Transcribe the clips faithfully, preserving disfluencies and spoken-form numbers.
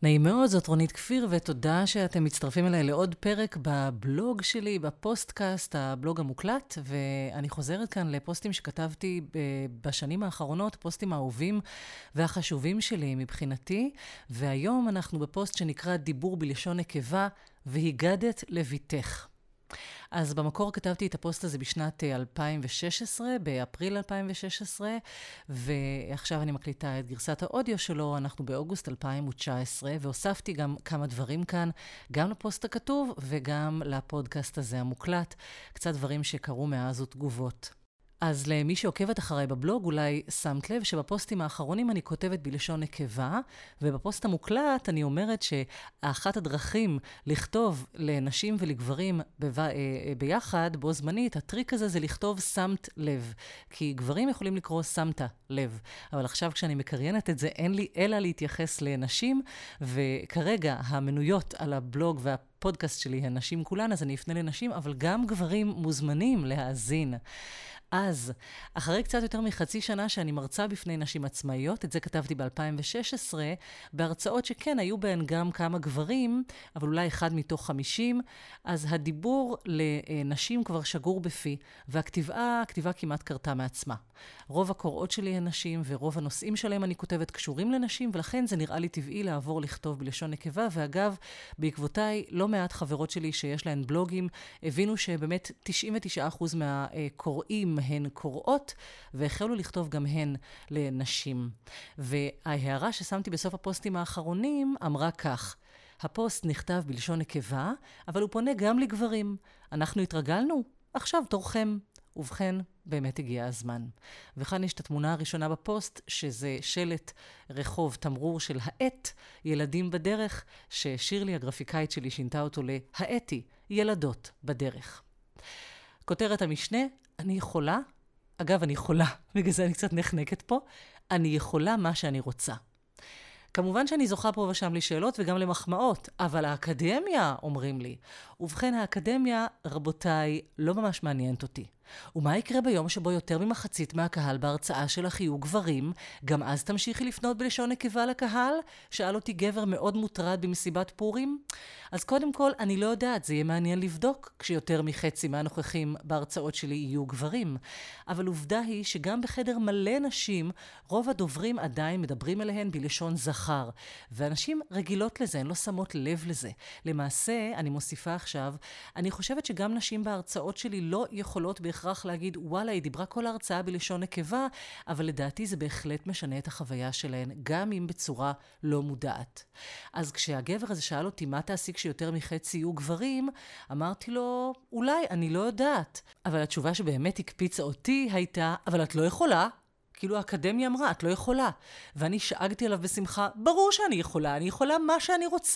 נעים מאוד, זאת רונית כפיר, ותודה שאתם מצטרפים אליי לעוד פרק בבלוג שלי, בפוסטקאסט, הבלוג המוקלט, ואני חוזרת כאן לפוסטים שכתבתי בשנים האחרונות, פוסטים האהובים והחשובים שלי מבחינתי, והיום אנחנו בפוסט שנקרא דיבור בלשון נקבה, והיגדת לביתך. אז במקור כתבתי את הפוסט הזה בשנת אלפיים ושש עשרה, באפריל אלפיים ושש עשרה, ועכשיו אני מקליטה את גרסת האודיו שלו, אנחנו באוגוסט אלפיים ותשע עשרה, והוספתי גם כמה דברים כאן, גם לפוסט הכתוב וגם לפודקאסט הזה המוקלט, קצת דברים שקרו מאז ותגובות. אז למי שעוקבת אחריי בבלוג, אולי שמת לב שבפוסטים האחרונים אני כותבת בלשון נקבה, ובפוסט המוקלט אני אומרת שאחת הדרכים לכתוב לנשים ולגברים ב- ביחד, בו זמנית, הטריק הזה זה לכתוב שמת לב. כי גברים יכולים לקרוא שמת לב. אבל עכשיו כשאני מקריינת את זה, אין לי אלא להתייחס לנשים, וכרגע המנויות על הבלוג והפוסט, פודקאסט שלי הן נשים כולן, אז אני אפנה לנשים, אבל גם גברים מוזמנים להאזין. אז, אחרי קצת יותר מחצי שנה שאני מרצה בפני נשים עצמאיות, את זה כתבתי ב-אלפיים ושש עשרה, בהרצאות שכן, היו בהן גם כמה גברים, אבל אולי אחד מתוך חמישים, אז הדיבור לנשים כבר שגור בפי, והכתיבה, הכתיבה כמעט קרתה מעצמה. רוב הקוראות שלי הן נשים, ורוב הנושאים שלהם אני כותבת קשורים לנשים, ולכן זה נראה לי טבעי לעבור לכתוב בלשון נקבה, ואגב, בעקבותיי, לא מעט חברות שלי שיש להן בלוגים, הבינו שבאמת תשעים ותשעה אחוז מהקוראים הן קוראות, והחלו לכתוב גם הן לנשים. וההערה ששמתי בסוף הפוסטים האחרונים אמרה כך, הפוסט נכתב בלשון נקבה, אבל הוא פונה גם לגברים. אנחנו התרגלנו? עכשיו תורכם. ובכן, באמת הגיע הזמן. וכאן יש את התמונה הראשונה בפוסט, שזה שלט רחוב תמרור של העט, ילדים בדרך, ששירלי הגרפיקאית שלי שינתה אותו להעתי, ילדות בדרך. כותרת המשנה, אני יכולה, אגב אני יכולה, בגלל זה אני קצת נחנקת פה, אני יכולה מה שאני רוצה. כמובן שאני זוכה פה ושם לי שאלות וגם למחמאות, אבל האקדמיה, אומרים לי. ובכן, האקדמיה, רבותיי, לא ממש מעניינת אותי. ומה יקרה ביום שבו יותר ממחצית מהקהל בהרצאה שלך יהיו גברים? גם אז תמשיכי לפנות בלשון נקבה לקהל? שאל אותי גבר מאוד מוטרד במסיבת פורים. אז קודם כל, אני לא יודעת, זה יהיה מעניין לבדוק כשיותר מחצי מהנוכחים בהרצאות שלי יהיו גברים. אבל עובדה היא שגם בחדר מלא נשים, רוב הדוברים עדיין מדברים אליהן בלשון זכר. ואנשים רגילות לזה, הן לא שמות לב לזה. למעשה, אני מוסיפה עכשיו, אני חושבת שגם נשים בהרצאות שלי לא יכולות בהכרח להגיד, וואלה, היא דיברה כל ההרצאה בלשון נקבה, אבל לדעתי זה בהחלט משנה את החוויה שלהן, גם אם בצורה לא מודעת. אז כשהגבר הזה שאל אותי, מה תעשי כשיותר מחצי יהיו גברים, אמרתי לו, אולי, אני לא יודעת. אבל התשובה שבאמת הקפיצה אותי הייתה, אבל את לא יכולה. כאילו האקדמיה אמרה, את לא יכולה. ואני שאגתי עליו בשמחה, ברור שאני יכולה, אני יכולה מה שאני רוצה.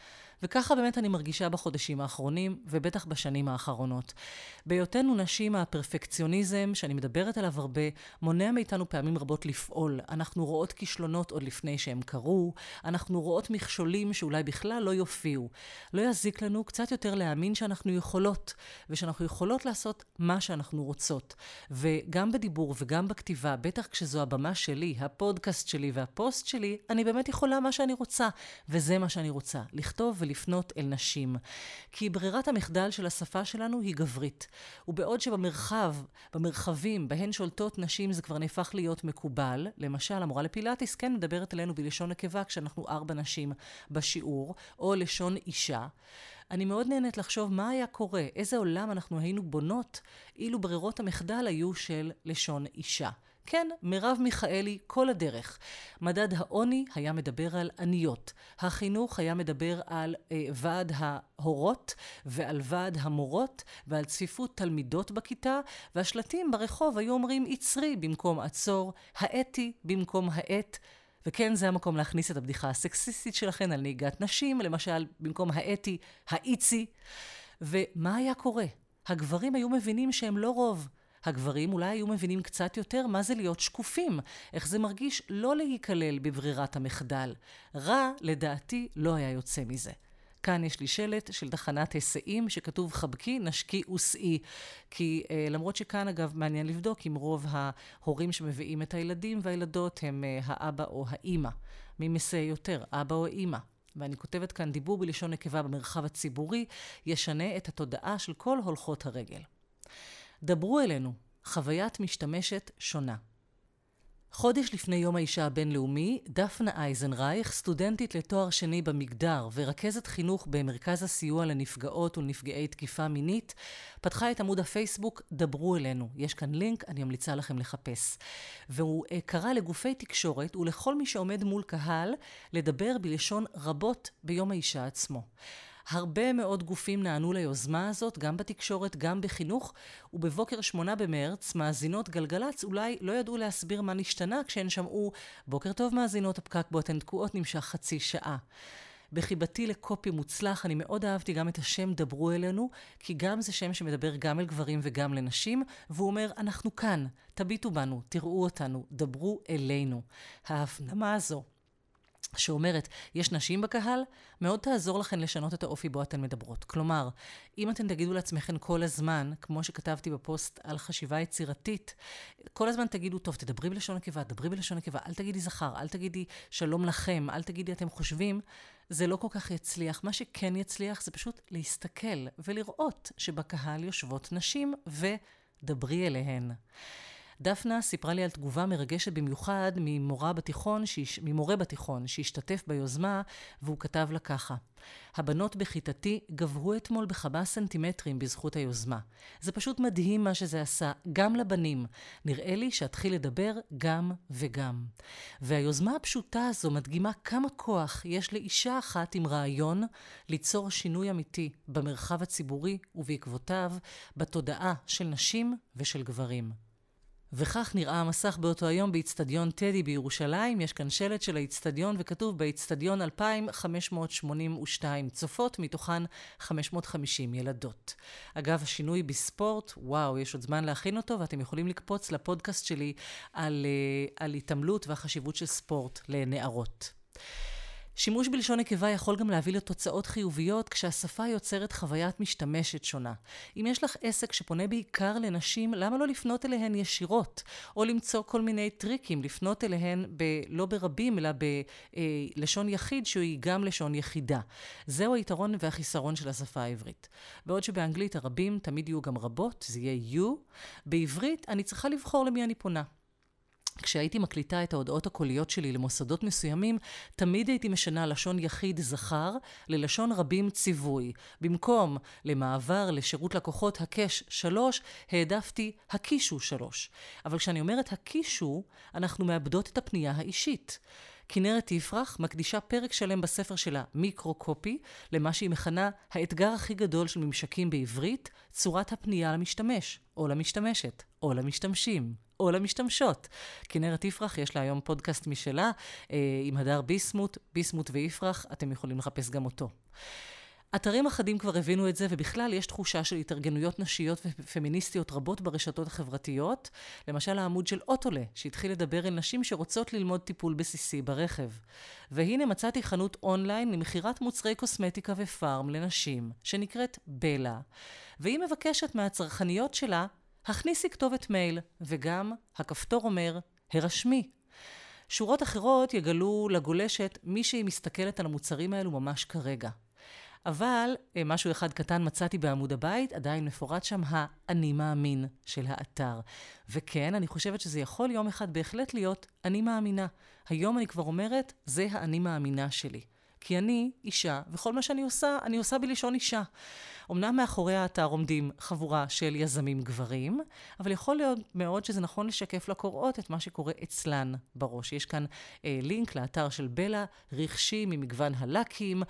וככה באמת אני מרגישה בחודשים האחרונים, ובטח בשנים האחרונות. בהיותנו נשים, הפרפקציוניזם, שאני מדברת עליו הרבה, מונע מאיתנו פעמים רבות לפעול. אנחנו רואות כישלונות עוד לפני שהם קרו, אנחנו רואות מכשולים שאולי בכלל לא יופיעו. לא יזיק לנו קצת יותר להאמין שאנחנו יכולות, ושאנחנו יכולות לעשות מה שאנחנו רוצות. וגם בדיבור וגם בכתיבה, בטח כשזו הבמה שלי, הפודקאסט שלי והפוסט שלי, אני באמת יכולה מה שאני רוצה, וזה מה שאני רוצה, לכתוב ולפנות אל נשים. כי ברירת המחדל של השפה שלנו היא גברית. ובעוד שבמרחב, במרחבים, בהן שולטות נשים, זה כבר נהפך להיות מקובל. למשל, המורה לפילאטיס כן מדברת אלינו בלשון נקבה כשאנחנו ארבע נשים בשיעור, או לשון אישה. אני מאוד נהנית לחשוב מה היה קורה, איזה עולם אנחנו היינו בונות, אילו ברירות המחדל היו של לשון אישה. כן, מרב מיכאלי כל הדרך. מדד העוני היה מדבר על עניות. החינוך היה מדבר על אה, ועד ההורות ועל ועד המורות ועל צפיפות תלמידות בכיתה, והשלטים ברחוב היו אומרים יצרי במקום עצור, האתי במקום העת, וכן זה המקום להכניס את הבדיחה הסקסיסטית שלכן על נהיגת נשים, למשל במקום האתי, האיצי. ומה היה קורה? הגברים היו מבינים שהם לא רוב. הגברים אולי היו מבינים קצת יותר מה זה להיות שקופים, איך זה מרגיש לא להיכלל בברירת המחדל. רע, לדעתי, לא היה יוצא מזה. כאן יש לי שלט של תחנת היסעים שכתוב חבקי, נשקי וסעי. כי אה, למרות שכאן אגב מעניין לבדוק אם רוב ההורים שמביאים את הילדים והילדות הם אה, האבא או האימא. מי מסע יותר, אבא או אימא? ואני כותבת כאן, דיבור בלשון נקבה במרחב הציבורי, ישנה את התודעה של כל הולכות הרגל. דברו אלינו, חוויית משתמשת שונה. חודש לפני יום האישה הבינלאומי, דפנה אייזנרייך, סטודנטית לתואר שני במגדר ורכזת חינוך במרכז הסיוע לנפגעות ולנפגעי תקיפה מינית, פתחה את עמוד הפייסבוק דברו אלינו. יש כאן לינק, אני ממליצה לכם לחפש. והוא קרא לגופי תקשורת ולכל מי שעומד מול קהל לדבר בלשון רבות ביום האישה עצמו. הרבה מאוד גופים נענו ליוזמה הזאת, גם בתקשורת, גם בחינוך, ובבוקר שמונה במרץ, מאזינות גלגלץ אולי לא ידעו להסביר מה נשתנה כשהן שמעו, בוקר טוב מאזינות, הפקק בו אתן תקועות נמשך חצי שעה. בחיבתי לקופי מוצלח, אני מאוד אהבתי גם את השם דברו אלינו, כי גם זה שם שמדבר גם אל גברים וגם לנשים, והוא אומר, אנחנו כאן, תביטו בנו, תראו אותנו, דברו אלינו. ההפנמה הזו, שאומרת, יש נשים בקהל, מאוד תעזור לכן לשנות את האופי בו אתן מדברות. כלומר, אם אתן תגידו לעצמכן כל הזמן, כמו שכתבתי בפוסט על חשיבה יצירתית, כל הזמן תגידו, טוב, תדברי בלשון נקבה, תדברי בלשון נקבה, אל תגידי זכר, אל תגידי שלום לכם, אל תגידי אתם חושבים, זה לא כל כך יצליח. מה שכן יצליח זה פשוט להסתכל ולראות שבקהל יושבות נשים ודברי אליהן. דפנה סיפרה לי על תגובה מרגשת במיוחד ממורה בתיכון, שיש, ממורה בתיכון שהשתתף ביוזמה, והוא כתב לה ככה: הבנות בכיתתי גבהו אתמול בכמה סנטימטרים בזכות היוזמה. זה פשוט מדהים מה שזה עשה, גם לבנים. נראה לי שאתחיל לדבר גם וגם. והיוזמה הפשוטה הזו מדגימה כמה כוח יש לאישה אחת עם רעיון ליצור שינוי אמיתי במרחב הציבורי ובעקבותיו בתודעה של נשים ושל גברים. וכך נראה המסך באותו היום באצטדיון טדי בירושלים. יש כאן שלט של האצטדיון וכתוב באצטדיון אלפיים חמש מאות שמונים ושתיים צופות, מתוכן חמש מאות וחמישים ילדות. אגב, השינוי בספורט, וואו, יש עוד זמן להכין אותו, ואתם יכולים לקפוץ לפודקאסט שלי על, על התעמלות והחשיבות של ספורט לנערות. שימוש בלשון נקבה יכול גם להביא לתוצאות חיוביות כשהשפה יוצרת חוויית משתמשת שונה. אם יש לך עסק שפונה בעיקר לנשים, למה לא לפנות אליהן ישירות? או למצוא כל מיני טריקים, לפנות אליהן ב, לא ברבים, אלא בלשון יחיד שהיא גם לשון יחידה. זהו היתרון והחיסרון של השפה העברית. בעוד שבאנגלית הרבים תמיד יהיו גם רבות, זה יהיה you. בעברית אני צריכה לבחור למי אני פונה. כשהייתי מקליטה את ההודעות הקוליות שלי למוסדות מסוימים, תמיד הייתי משנה לשון יחיד זכר ללשון רבים ציווי. במקום למעבר לשירות לקוחות הקש שלוש, העדפתי הקישו שלוש. אבל כשאני אומרת הקישו, אנחנו מאבדות את הפנייה האישית. כנרת יפרח מקדישה פרק שלם בספר שלה מיקרו-קופי למה שהיא מכנה האתגר הכי גדול של ממשקים בעברית, צורת הפנייה למשתמש, או למשתמשת, או למשתמשים, או למשתמשות. כנרת יפרח יש לה היום פודקאסט משלה אה, עם הדר ביסמוט, ביסמוט ויפרח, אתם יכולים לחפש גם אותו. אתרים אחדים כבר הבינו את זה, ובכלל יש תחושה של התארגנויות נשיות ופמיניסטיות רבות ברשתות החברתיות. למשל העמוד של אוטולה, שהתחיל לדבר אל נשים שרוצות ללמוד טיפול בסיסי ברכב. והנה מצאתי חנות אונליין למכירת מוצרי קוסמטיקה ופארם לנשים, שנקראת בלה. והיא מבקשת מהצרכניות שלה, הכניסי כתובת מייל, וגם הכפתור אומר, הרשמי. שורות אחרות יגלו לגולשת מי שהיא מסתכלת על המוצרים האלו ממש כרגע. אבל משהו אחד קטן מצאתי בעמוד הבית, עדיין מפורט שם האני מאמין של האתר. וכן, אני חושבת שזה יכול יום אחד בהחלט להיות אני מאמינה. היום אני כבר אומרת, זה האני מאמינה שלי. כי אני אישה, וכל מה שאני עושה, אני עושה בלשון אישה. אמנם מאחורי האתר עומדים חבורה של יזמים גברים, אבל יכול להיות מאוד שזה נכון לשקף לקוראות את מה שקורה אצלן בראש. יש כאן אה, לינק לאתר של בלה, רכשי ממגוון הלקים,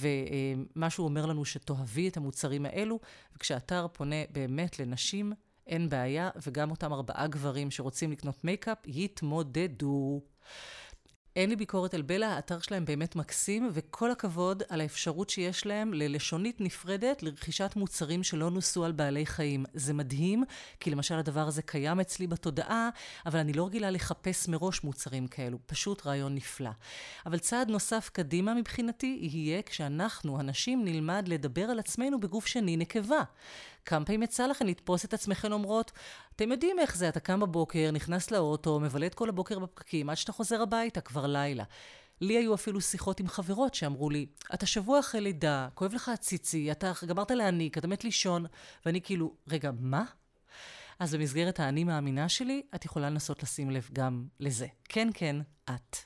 ומה שהוא אומר לנו שתאהבי את המוצרים האלו, וכשהאתר פונה באמת לנשים, אין בעיה, וגם אותם ארבעה גברים שרוצים לקנות מייקאפ, יתמודדו. אין לי ביקורת על בלה, האתר שלהם באמת מקסים, וכל הכבוד על האפשרות שיש להם ללשונית נפרדת לרכישת מוצרים שלא נוסו על בעלי חיים. זה מדהים, כי למשל הדבר הזה קיים אצלי בתודעה, אבל אני לא רגילה לחפש מראש מוצרים כאלו. פשוט רעיון נפלא. אבל צעד נוסף קדימה מבחינתי יהיה כשאנחנו, הנשים, נלמד לדבר על עצמנו בגוף שני נקבה. כמה פעמים יצא לכם לתפוס את עצמכם אומרות, אתם יודעים איך זה, אתה קם בבוקר, נכנס לאוטו, מבלה את כל הבוקר בפקקים, עד שאתה חוזר הביתה, כבר לילה. לי היו אפילו שיחות עם חברות שאמרו לי, אתה שבוע אחרי לידה, כואב לך הציצי, אתה גמרת להניק, אתה מת לישון, ואני כאילו, רגע, מה? אז במסגרת האני מאמינה שלי, את יכולה לנסות לשים לב גם לזה. כן, כן, את.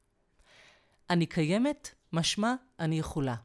אני קיימת, משמע, אני יכולה.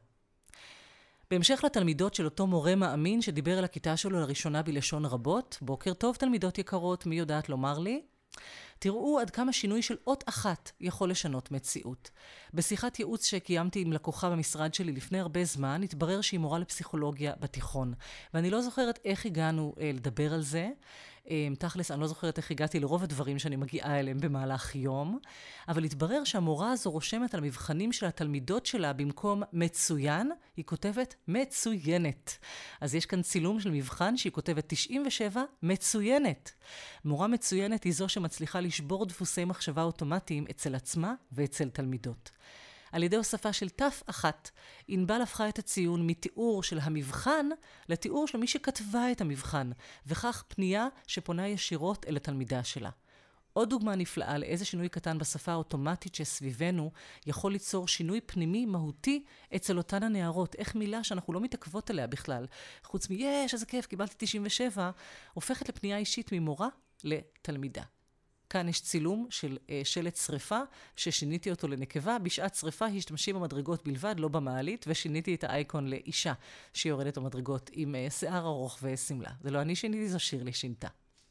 בהמשך לתלמידות של אותו מורה מאמין שדיבר על הכיתה שלו לראשונה בלשון רבות, בוקר טוב תלמידות יקרות, מי יודעת לומר לי? תראו עד כמה שינוי של אות אחת יכול לשנות מציאות. בשיחת ייעוץ שקיימתי עם לקוחה במשרד שלי לפני הרבה זמן, התברר שהיא מורה לפסיכולוגיה בתיכון. ואני לא זוכרת איך הגענו אה, לדבר על זה. אה, תכלס, אני לא זוכרת איך הגעתי לרוב הדברים שאני מגיעה אליהם במהלך יום. אבל התברר שהמורה הזו רושמת על מבחנים של התלמידות שלה במקום מצוין, היא כותבת מצוינת. אז יש כאן צילום של מבחן שהיא כותבת תשעים ושבע מצוינת. מורה מצוינת היא זו שמצליחה לשבור דפוסי מחשבה אוטומטיים אצל עצמה ואצל תלמידות. על ידי הוספה של תף אחת, ענבל הפכה את הציון מתיאור של המבחן לתיאור של מי שכתבה את המבחן, וכך פנייה שפונה ישירות אל התלמידה שלה. עוד דוגמה נפלאה לאיזה שינוי קטן בשפה האוטומטית שסביבנו יכול ליצור שינוי פנימי מהותי אצל אותן הנערות. איך מילה שאנחנו לא מתעכבות עליה בכלל, חוץ מיש, איזה כיף, קיבלתי תשעים ושבע, הופכת לפנייה אישית ממורה לתלמידה. כאן יש צילום של uh, שלט שריפה, ששיניתי אותו לנקבה. בשעת שריפה השתמשי במדרגות בלבד, לא במעלית, ושיניתי את האייקון לאישה שיורדת במדרגות עם uh, שיער ארוך וסמלה. זה לא אני שיניתי, זו שירלי שינתה.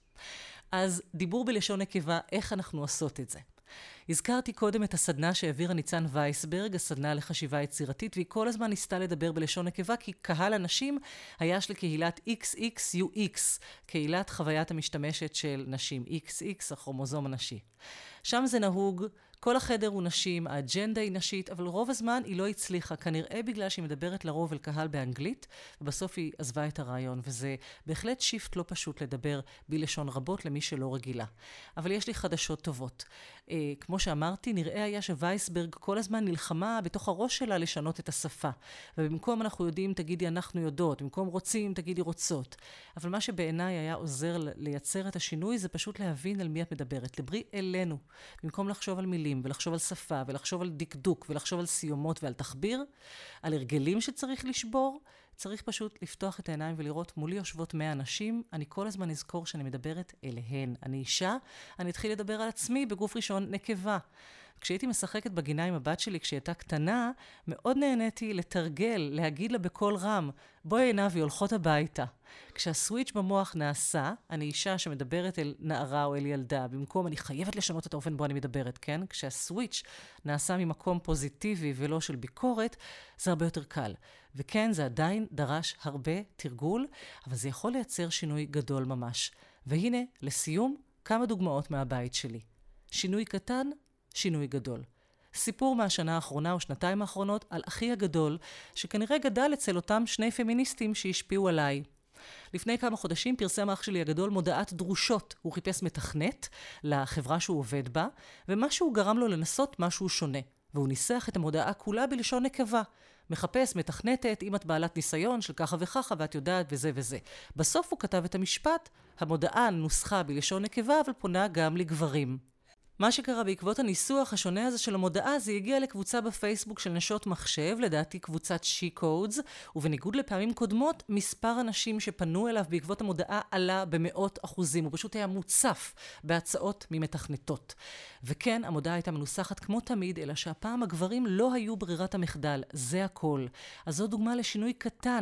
אז דיבור בלשון נקבה, איך אנחנו עושות את זה? הזכרתי קודם את הסדנה שהעבירה ניצן וייסברג, הסדנה לחשיבה יצירתית, והיא כל הזמן ניסתה לדבר בלשון נקבה, כי קהל אנשים היה של קהילת אקס אקס יו אקס, קהילת חוויית המשתמשת של נשים, אקס אקס, הכרומוזום הנשי. שם זה נהוג, כל החדר הוא נשים, האג'נדה היא נשית, אבל רוב הזמן היא לא הצליחה, כנראה בגלל שהיא מדברת לרוב אל קהל באנגלית, ובסוף היא עזבה את הרעיון, וזה בהחלט שיפט לא פשוט לדבר בלשון רבות למי שלא רגילה. אבל יש לי חדשות טובות. אה, כמו שאמרתי, נראה היה שווייסברג כל הזמן נלחמה בתוך הראש שלה לשנות את השפה. ובמקום אנחנו יודעים, תגידי אנחנו יודעות, במקום רוצים, תגידי רוצות. אבל מה שבעיניי היה עוזר לייצר את השינוי, זה פשוט להבין על מי את מדברת. דברי אלינו. במקום לחשוב על מילים ולחשוב על שפה ולחשוב על דקדוק ולחשוב על סיומות ועל תחביר, על הרגלים שצריך לשבור, צריך פשוט לפתוח את העיניים ולראות מולי יושבות מאה אנשים, אני כל הזמן אזכור שאני מדברת אליהן. אני אישה, אני אתחיל לדבר על עצמי בגוף ראשון נקבה. כשהייתי משחקת בגינה עם הבת שלי כשהיא הייתה קטנה, מאוד נהניתי לתרגל, להגיד לה בקול רם, בואי עינבי, הולכות הביתה. כשהסוויץ' במוח נעשה, אני אישה שמדברת אל נערה או אל ילדה, במקום אני חייבת לשנות את האופן בו אני מדברת, כן? כשהסוויץ' נעשה ממקום פוזיטיבי ולא של ביקורת, זה הרבה יותר קל. וכן, זה עדיין דרש הרבה תרגול, אבל זה יכול לייצר שינוי גדול ממש. והנה, לסיום, כמה דוגמאות מהבית שלי. שינוי קטן, שינוי גדול. סיפור מהשנה האחרונה או שנתיים האחרונות על אחי הגדול, שכנראה גדל אצל אותם שני פמיניסטים שהשפיעו עליי. לפני כמה חודשים פרסם אח שלי הגדול מודעת דרושות. הוא חיפש מתכנת לחברה שהוא עובד בה, ומשהו גרם לו לנסות משהו שונה. והוא ניסח את המודעה כולה בלשון נקבה. מחפש מתכנתת, אם את בעלת ניסיון של ככה וככה, ואת יודעת וזה וזה. בסוף הוא כתב את המשפט, המודעה נוסחה בלשון נקבה, אבל פונה גם לגברים. מה שקרה בעקבות הניסוח השונה הזה של המודעה, זה הגיע לקבוצה בפייסבוק של נשות מחשב, לדעתי קבוצת She Codes, ובניגוד לפעמים קודמות, מספר אנשים שפנו אליו בעקבות המודעה עלה במאות אחוזים. הוא פשוט היה מוצף בהצעות ממתכנתות. וכן, המודעה הייתה מנוסחת כמו תמיד, אלא שהפעם הגברים לא היו ברירת המחדל. זה הכל. אז זו דוגמה לשינוי קטן,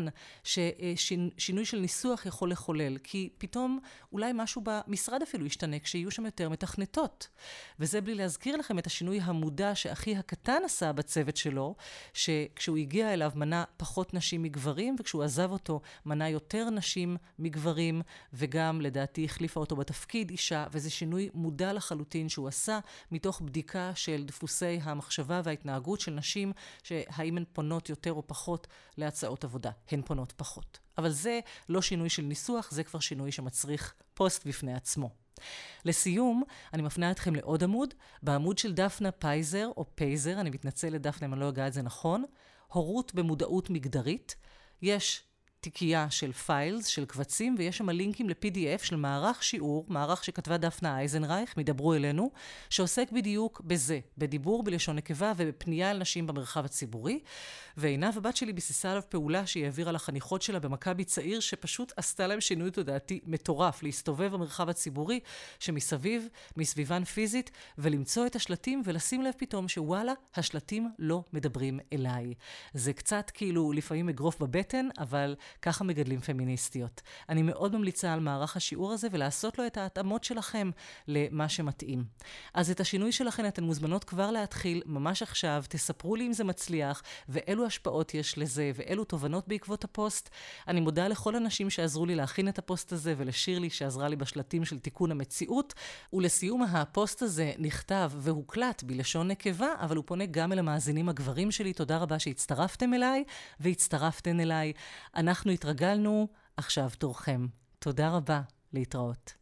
ששינוי של ניסוח יכול לחולל, כי פתאום אולי משהו במשרד אפילו ישתנה, כשיהיו שם יותר מתכנתות. וזה בלי להזכיר לכם את השינוי המודע שאחי הקטן עשה בצוות שלו, שכשהוא הגיע אליו מנה פחות נשים מגברים, וכשהוא עזב אותו מנה יותר נשים מגברים, וגם לדעתי החליפה אותו בתפקיד אישה, וזה שינוי מודע לחלוטין שהוא עשה, מתוך בדיקה של דפוסי המחשבה וההתנהגות של נשים, שהאם הן פונות יותר או פחות להצעות עבודה. הן פונות פחות. אבל זה לא שינוי של ניסוח, זה כבר שינוי שמצריך פוסט בפני עצמו. לסיום, אני מפנה אתכם לעוד עמוד, בעמוד של דפנה פייזר, או פייזר, אני מתנצל לדפנה אם אני לא אגע את זה נכון, הורות במודעות מגדרית. יש תיקייה של פיילס, של קבצים, ויש שם לינקים ל-פי די אף של מערך שיעור, מערך שכתבה דפנה אייזנרייך, מדברו אלינו, שעוסק בדיוק בזה, בדיבור בלשון נקבה ובפנייה על נשים במרחב הציבורי. ועינב הבת שלי ביססה עליו פעולה שהיא העבירה לחניכות שלה במכבי צעיר, שפשוט עשתה להם שינוי תודעתי מטורף, להסתובב במרחב הציבורי שמסביב, מסביבן פיזית, ולמצוא את השלטים ולשים לב פתאום שוואלה, השלטים לא מדברים אליי. זה קצת כאילו לפעמים אגרוף בבטן, אבל ככה מגדלים פמיניסטיות. אני מאוד ממליצה על מערך השיעור הזה ולעשות לו את ההתאמות שלכם למה שמתאים. אז את השינוי שלכם אתן מוזמנות כבר להתחיל ממש עכשיו, תספרו לי אם זה מצליח, ואילו השפעות יש לזה, ואילו תובנות בעקבות הפוסט. אני מודה לכל אנשים שעזרו לי להכין את הפוסט הזה, ולשירלי שעזרה לי בשלטים של תיקון המציאות. ולסיום, הפוסט הזה נכתב והוקלט בלשון נקבה, אבל הוא פונה גם אל המאזינים הגברים שלי. תודה רבה שהצטרפתם אליי, והצטרפתן אליי. אנחנו התרגלנו, עכשיו תורכם. תודה רבה, להתראות.